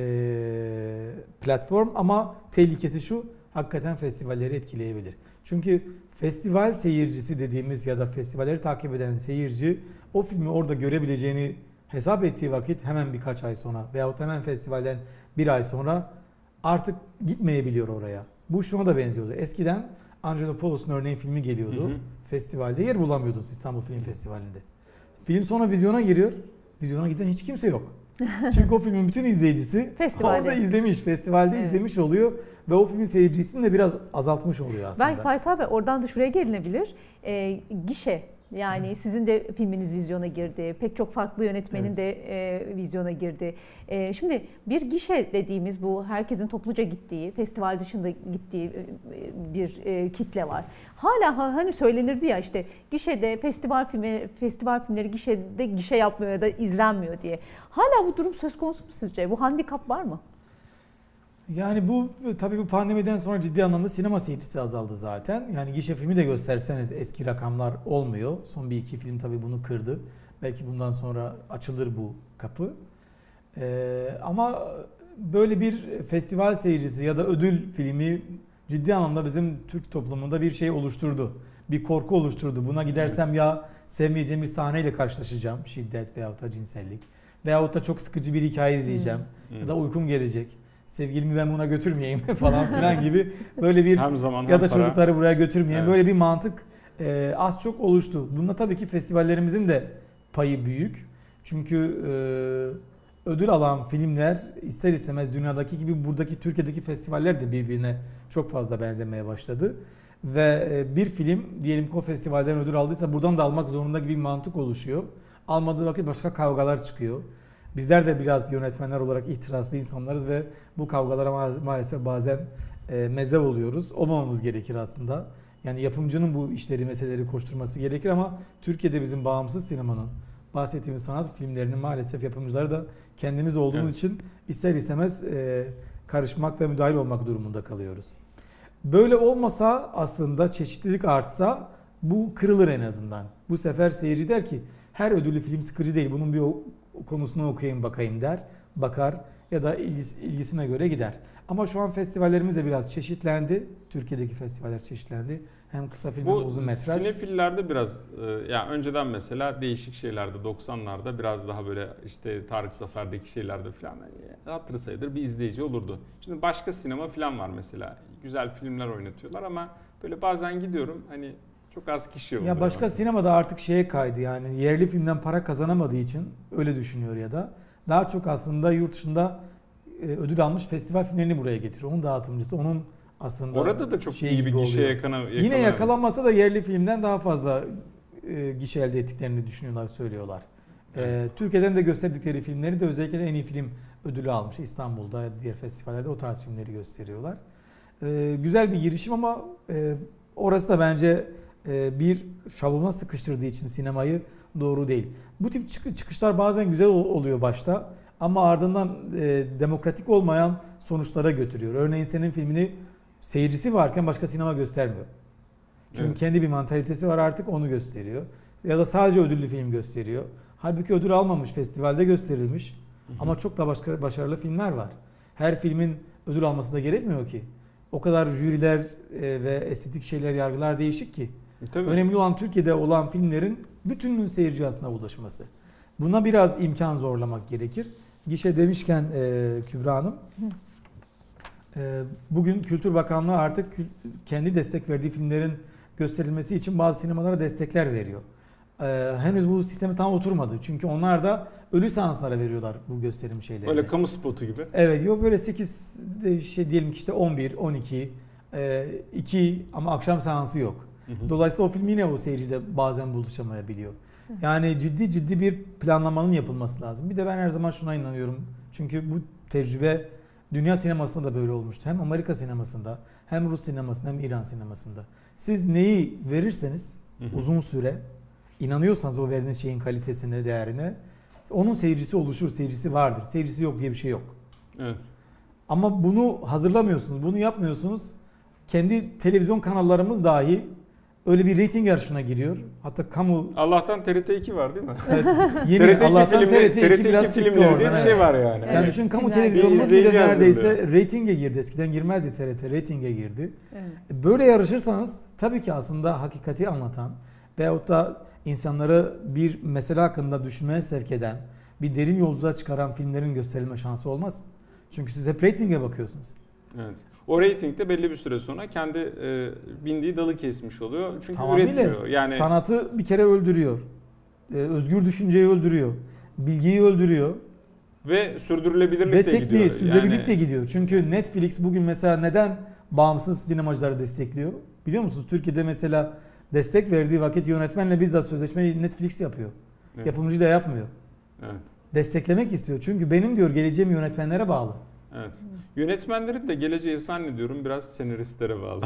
e, platform ama tehlikesi şu, hakikaten festivalleri etkileyebilir. Çünkü festival seyircisi dediğimiz ya da festivalleri takip eden seyirci o filmi orada görebileceğini hesap ettiği vakit hemen birkaç ay sonra veyahut hemen festivalden bir ay sonra artık gitmeyebiliyor oraya. Bu şuna da benziyordu. Eskiden Angelopoulos'un örneğin filmi geliyordu. Hı hı. Festivalde yer bulamıyordunuz İstanbul Film Festivali'nde. Film sonra vizyona giriyor. Vizyona giden hiç kimse yok. Çünkü o filmin bütün izleyicisi Festivalde. orada izlemiş, festivalde evet. izlemiş oluyor ve o filmin seyircisini de biraz azaltmış oluyor aslında. Belki Faysal Bey oradan da şuraya gelinebilir. E, gişe, yani hmm. sizin de filminiz vizyona girdi, pek çok farklı yönetmenin evet. de e, vizyona girdi. E, şimdi bir gişe dediğimiz bu herkesin topluca gittiği, festival dışında gittiği e, bir e, kitle var. Hala hani söylenirdi ya işte gişede festival filmi, festival filmleri gişede gişe yapmıyor ya da izlenmiyor diye. Hala bu durum söz konusu mu sizce? Bu handikap var mı? Yani bu tabii bu pandemiden sonra ciddi anlamda sinema seyircisi azaldı zaten. Yani gişe filmi de gösterseniz eski rakamlar olmuyor. Son bir iki film tabii bunu kırdı. Belki bundan sonra açılır bu kapı. Ee, ama böyle bir festival seyircisi ya da ödül filmi ciddi anlamda bizim Türk toplumunda bir şey oluşturdu. Bir korku oluşturdu. Buna gidersem ya sevmeyeceğim bir sahneyle karşılaşacağım. Şiddet veyahut da cinsellik. Veyahut da çok sıkıcı bir hikaye izleyeceğim. Hmm. Ya da uykum gelecek. Sevgilimi ben buna götürmeyeyim falan filan gibi böyle bir hem zaman, ya da para. Çocukları buraya götürmeyeyim. Evet. Böyle bir mantık e, az çok oluştu. Bunda tabii ki festivallerimizin de payı büyük. Çünkü e, ödül alan filmler ister istemez dünyadaki gibi buradaki Türkiye'deki festivaller de birbirine çok fazla benzemeye başladı. Ve e, bir film diyelim ki o festivalden ödül aldıysa buradan da almak zorunda gibi bir mantık oluşuyor. Almadığı vakit başka kavgalar çıkıyor. Bizler de biraz yönetmenler olarak ihtiraslı insanlarız ve bu kavgalara ma- maalesef bazen e, meze oluyoruz. Olmamamız gerekir aslında. Yani yapımcının bu işleri, meseleleri koşturması gerekir ama Türkiye'de bizim bağımsız sinemanın, bahsettiğimiz sanat filmlerinin maalesef yapımcıları da kendimiz olduğumuz evet. için ister istemez e, karışmak ve müdahil olmak durumunda kalıyoruz. Böyle olmasa aslında çeşitlilik artsa bu kırılır en azından. Bu sefer seyirci der ki her ödüllü film sıkıcı değil. Bunun bir konusunu okuyayım bakayım der. Bakar ya da ilgis, ilgisine göre gider. Ama şu an festivallerimiz de biraz çeşitlendi. Türkiye'deki festivaller çeşitlendi. Hem kısa film hem uzun metraj. Bu sinefillerde biraz e, yani önceden mesela değişik şeylerde doksanlarda biraz daha böyle işte Tarık Zafer'deki şeylerde falan yani hatırı sayılır bir izleyici olurdu. Şimdi başka sinema falan var mesela. Güzel filmler oynatıyorlar ama böyle bazen gidiyorum hani çok az kişi oluyor. Ya başka sinemada artık şeye kaydı yani yerli filmden para kazanamadığı için öyle düşünüyor ya da daha çok aslında yurt dışında e, ödül almış festival filmlerini buraya getiriyor. Onun dağıtımcısı, onun aslında orada da çok iyi bir oluyor. gişe yakana, yakana Yine yakalanmasa da yerli filmden daha fazla e, gişe elde ettiklerini düşünüyorlar, söylüyorlar. Evet. E, Türkiye'den de gösterdikleri filmleri de özellikle de en iyi film ödülü almış. İstanbul'da, diğer festivallerde o tarz filmleri gösteriyorlar. E, güzel bir girişim ama e, orası da bence e, bir şablona sıkıştırdığı için sinemayı doğru değil. Bu tip çıkışlar bazen güzel oluyor başta ama ardından e, demokratik olmayan sonuçlara götürüyor. Örneğin senin filmini seyircisi varken başka sinema göstermiyor. Çünkü evet. kendi bir mantalitesi var artık onu gösteriyor. Ya da sadece ödüllü film gösteriyor. Halbuki ödül almamış, festivalde gösterilmiş. Hı hı. Ama çok da başka başarılı filmler var. Her filmin ödül alması da gerekmiyor ki. O kadar jüriler e, ve estetik şeyler, yargılar değişik ki. Tabii. Önemli olan Türkiye'de olan filmlerin bütün seyirci aslında ulaşması. Buna biraz imkan zorlamak gerekir. Gişe demişken e, Kübra Hanım, e, bugün Kültür Bakanlığı artık kendi destek verdiği filmlerin gösterilmesi için bazı sinemalara destekler veriyor. E, henüz bu sisteme tam oturmadı. Çünkü onlar da ölü seanslara veriyorlar bu gösterim şeylerini. Öyle kamu spotu gibi. Evet, yok böyle sekiz şey diyelim ki işte on bir, on iki, iki ama akşam seansı yok. Hı hı. Dolayısıyla o film yine o seyircide bazen buluşamayabiliyor. Hı. Yani ciddi ciddi bir planlamanın yapılması lazım. Bir de ben her zaman şuna inanıyorum. Çünkü bu tecrübe dünya sinemasında da böyle olmuştu. Hem Amerika sinemasında, hem Rus sinemasında, hem İran sinemasında. Siz neyi verirseniz hı hı. uzun süre inanıyorsanız o verdiğiniz şeyin kalitesine, değerine, onun seyircisi oluşur, seyircisi vardır. Seyircisi yok diye bir şey yok. Evet. Ama bunu hazırlamıyorsunuz, bunu yapmıyorsunuz. Kendi televizyon kanallarımız dahi öyle bir reyting yarışına giriyor. Hatta kamu... Allah'tan T R T iki var değil mi? Evet. Yeni Allah'tan T R T iki biraz çıktı oradan. Diye bir şey var yani. Yani evet. düşün kamu televizyonumuz bile neredeyse reytinge girdi. Eskiden girmezdi T R T, reytinge girdi. Evet. Böyle yarışırsanız tabii ki aslında hakikati anlatan veyahut da insanları bir mesele hakkında düşünmeye sevk eden, bir derin yolculuğa çıkaran filmlerin gösterilme şansı olmaz. Çünkü siz hep reytinge bakıyorsunuz. Evet. O reytingde belli bir süre sonra kendi e, bindiği dalı kesmiş oluyor. Çünkü tamamıyla üretmiyor. Yani sanatı bir kere öldürüyor. Ee, özgür düşünceyi öldürüyor. Bilgiyi öldürüyor. Ve sürdürülebilirlik Ve de gidiyor. Ve sürdürülebilirlik yani... de gidiyor. Çünkü Netflix bugün mesela neden bağımsız sinemacıları destekliyor? Biliyor musunuz? Türkiye'de mesela destek verdiği vakit yönetmenle bizzat sözleşmeyi Netflix yapıyor. Evet. Yapımcı da yapmıyor. Evet. Desteklemek istiyor. Çünkü benim diyor geleceğim yönetmenlere bağlı. Evet. Yönetmenlerin de geleceği zannediyorum biraz senaristlere bağlı.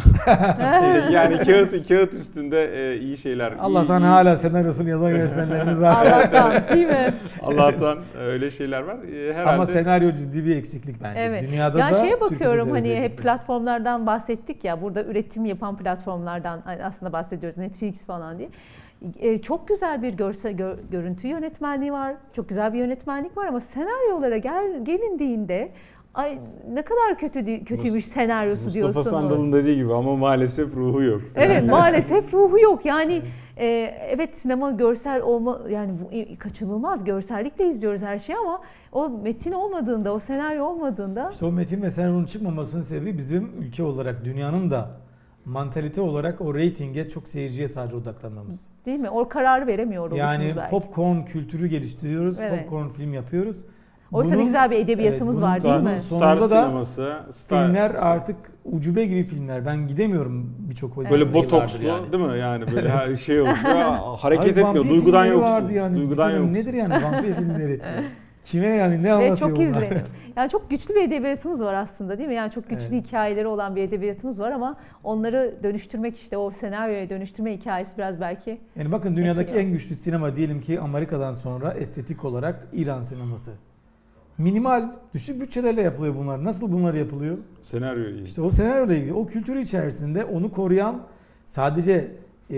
Yani kağıt kağıt üstünde e, iyi şeyler. Allah'tan iyi, hala iyi. Senaryosunu yazan yönetmenlerimiz var. Allah'tan değil mi? Allah'tan öyle şeyler var. Herhalde... Ama senaryo ciddi bir eksiklik bence. Evet. Dünyada yani da şeye bakıyorum hani özellikle. hep platformlardan bahsettik ya. Burada üretim yapan platformlardan aslında bahsediyoruz. Netflix falan diye. Ee, çok güzel bir görsel gör, görüntü yönetmenliği var. Çok güzel bir yönetmenlik var ama senaryolara gel, gelindiğinde ay ne kadar kötü kötüymüş senaryosu Mustafa diyorsunuz. Mustafa Sandal'ın dediği gibi ama maalesef ruhu yok. Evet maalesef ruhu yok. Yani e, evet sinema görsel olma yani bu kaçınılmaz görsellikle izliyoruz her şeyi ama o metin olmadığında, o senaryo olmadığında İşte o metin ve senaryonun çıkmamasının sebebi bizim ülke olarak dünyanın da mantalite olarak o reytinge çok seyirciye sadece odaklanmamız. Değil mi? O kararı veremiyor yani belki. Popcorn kültürü geliştiriyoruz, evet. Popcorn film yapıyoruz. Oysa da güzel bir edebiyatımız evet, var değil mi? Sonunda da sineması, star... filmler artık ucube gibi filmler. Ben gidemiyorum birçok evet. Böyle botokslu yani. Değil mi? Yani böyle her şey oluyor. Hareket etmiyor. Duygudan yoksun. Yani. Duygudan yoksun. Nedir yani vampir filmleri? Kime yani ne anlatıyor Ve çok bunlar? izleniyor. Yani çok güçlü bir edebiyatımız var aslında değil mi? Yani çok güçlü evet. hikayeleri olan bir edebiyatımız var ama onları dönüştürmek işte o senaryoya dönüştürme hikayesi biraz belki... Yani bakın dünyadaki en güçlü sinema diyelim ki Amerika'dan sonra estetik olarak İran sineması. Minimal, düşük bütçelerle yapılıyor bunlar. Nasıl bunlar yapılıyor? Senaryo iyi. İşte o senaryoyla ilgili, o kültürü içerisinde onu koruyan sadece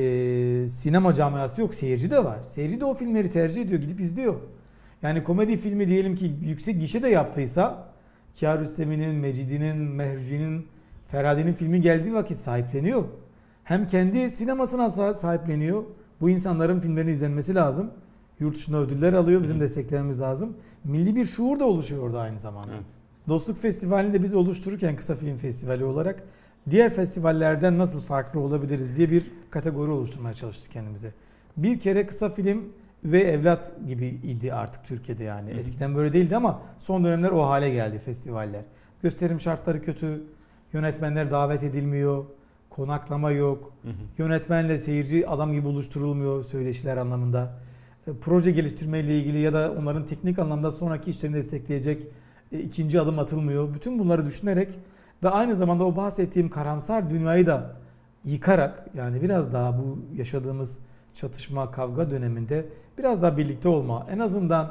e, sinema camiası yok, seyirci de var. Seyirci de o filmleri tercih ediyor, gidip izliyor. Yani komedi filmi diyelim ki yüksek gişe de yaptıysa, Kiarostami'nin, Mecid'i'nin, Mehruci'nin, Ferhadi'nin filmi geldiği vakit sahipleniyor. Hem kendi sinemasına sahipleniyor. Bu insanların filmlerinin izlenmesi lazım. Yurt dışında ödüller alıyor, bizim desteklememiz lazım. Milli bir şuur da oluşuyor orada aynı zamanda. Evet. Dostluk Festivali'ni de biz oluştururken Kısa Film Festivali olarak diğer festivallerden nasıl farklı olabiliriz diye bir kategori oluşturmaya çalıştık kendimize. Bir kere kısa film ve evlat gibiydi artık Türkiye'de yani. Hı hı. Eskiden böyle değildi ama son dönemler o hale geldi festivaller. Gösterim şartları kötü, yönetmenler davet edilmiyor, konaklama yok, hı hı. yönetmenle seyirci adam gibi buluşturulmuyor söyleşiler anlamında. Proje geliştirmeyle ilgili ya da onların teknik anlamda sonraki işlerini destekleyecek ikinci adım atılmıyor. Bütün bunları düşünerek ve aynı zamanda o bahsettiğim karamsar dünyayı da yıkarak, yani biraz daha bu yaşadığımız çatışma, kavga döneminde biraz daha birlikte olma, en azından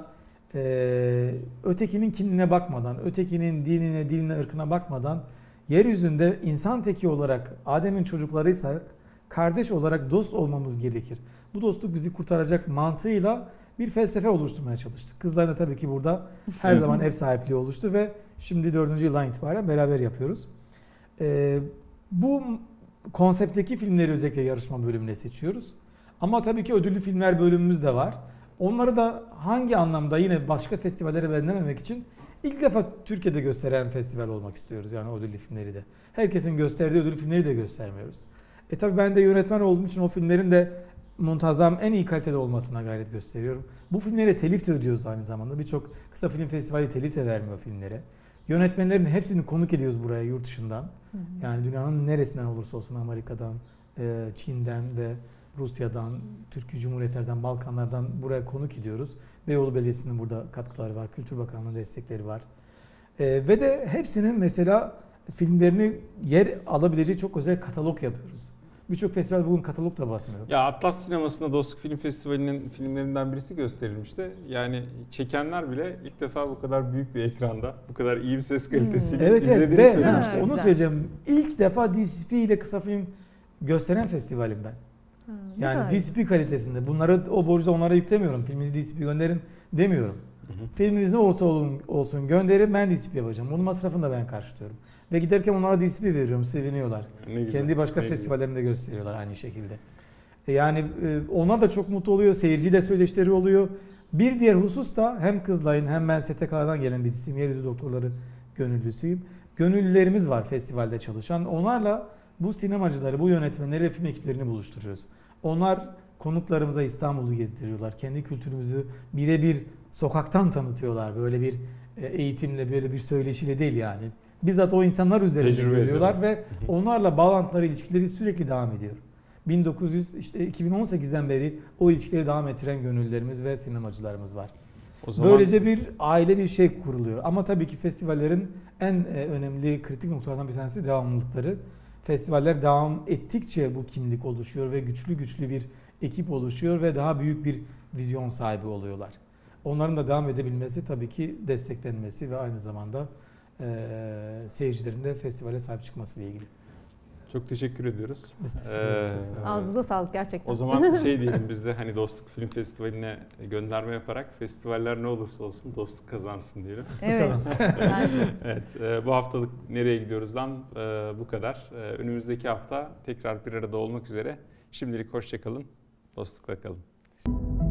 e, ötekinin kimliğine bakmadan, ötekinin dinine, diline, ırkına bakmadan yeryüzünde insan teki olarak Adem'in çocuklarıysak kardeş olarak dost olmamız gerekir. Bu dostluk bizi kurtaracak mantığıyla bir felsefe oluşturmaya çalıştık. Kızlar da tabii ki burada her zaman ev sahipliği oluştu ve şimdi dördüncü yıldan itibaren beraber yapıyoruz. Ee, bu konseptteki filmleri özellikle yarışma bölümüne seçiyoruz. Ama tabii ki ödüllü filmler bölümümüz de var. Onları da hangi anlamda yine başka festivallere benzememek için ilk defa Türkiye'de gösteren festival olmak istiyoruz. Yani ödüllü filmleri de. Herkesin gösterdiği ödüllü filmleri de göstermiyoruz. E tabii ben de yönetmen olduğum için o filmlerin de muntazam en iyi kalitede olmasına gayret gösteriyorum. Bu filmlere telif de ödüyoruz aynı zamanda. Birçok kısa film festivali telif de vermiyor filmlere. Yönetmenlerin hepsini konuk ediyoruz buraya yurt dışından. Hı hı. Yani dünyanın neresinden olursa olsun, Amerika'dan, Çin'den ve Rusya'dan, Türkiye Cumhuriyetlerden, Balkanlardan buraya konuk ediyoruz. Beyoğlu Belediyesi'nin burada katkıları var, Kültür Bakanlığı'nın destekleri var. Ve de hepsinin mesela filmlerini yer alabileceği çok özel katalog yapıyoruz. Birçok festival bugün katalog da basmıyor. Ya Atlas Sineması'nda Dostluk Film Festivali'nin filmlerinden birisi gösterilmişti. Yani çekenler bile ilk defa bu kadar büyük bir ekranda, bu kadar iyi bir ses kalitesiyle hmm. evet, izlediğini evet, söylemişler. Onu söyleyeceğim. İlk defa D C P ile kısa film gösteren festivalim ben. Hmm, yani D C P kalitesinde. Bunları o borcu onlara yüklemiyorum. Filminizi D C P gönderin demiyorum. Hı hı. Filminiz ne olursa olsun gönderin, ben D C P yapacağım. Bunun masrafını da ben karşılıyorum. Ve giderken onlara D C P veriyorum, seviniyorlar. Kendi başka festivallerinde gösteriyorlar aynı şekilde. Yani onlar da çok mutlu oluyor, seyirciyle söyleşileri oluyor. Bir diğer husus da hem Kızılay'ın hem ben S T K'dan gelen birisiyim, Yeryüzü Doktorları gönüllüsüyüm. Gönüllülerimiz var festivalde çalışan. Onlarla bu sinemacıları, bu yönetmenleri ve film ekiplerini buluşturuyoruz. Onlar konuklarımıza İstanbul'u gezdiriyorlar. Kendi kültürümüzü birebir sokaktan tanıtıyorlar. Böyle bir eğitimle, böyle bir söyleşiyle değil yani. Bizzat o insanlar üzerinde görüyorlar ve onlarla bağlantıları, ilişkileri sürekli devam ediyor. bin dokuz yüz işte iki bin on sekizden beri o ilişkileri devam ettiren gönüllülerimiz ve sinemacılarımız var. O zaman... Böylece bir aile bir şey kuruluyor. Ama tabii ki festivallerin en önemli kritik noktalardan bir tanesi devamlılıkları. Festivaller devam ettikçe bu kimlik oluşuyor ve güçlü güçlü bir ekip oluşuyor ve daha büyük bir vizyon sahibi oluyorlar. Onların da devam edebilmesi tabii ki desteklenmesi ve aynı zamanda e, seyircilerin de festivale sahip çıkması ile ilgili. Çok teşekkür ediyoruz. Biz teşekkür ederiz. Ee, Ağzınıza sağlık gerçekten. O zaman şey diyelim biz de hani Dostluk Film Festivali'ne gönderme yaparak festivaller ne olursa olsun dostluk kazansın diyelim. Dostluk evet. kazansın. Evet, e, bu haftalık nereye gidiyoruzdan e, bu kadar. E, önümüzdeki hafta tekrar bir arada olmak üzere. Şimdilik hoşça kalın, dostlukla kalın.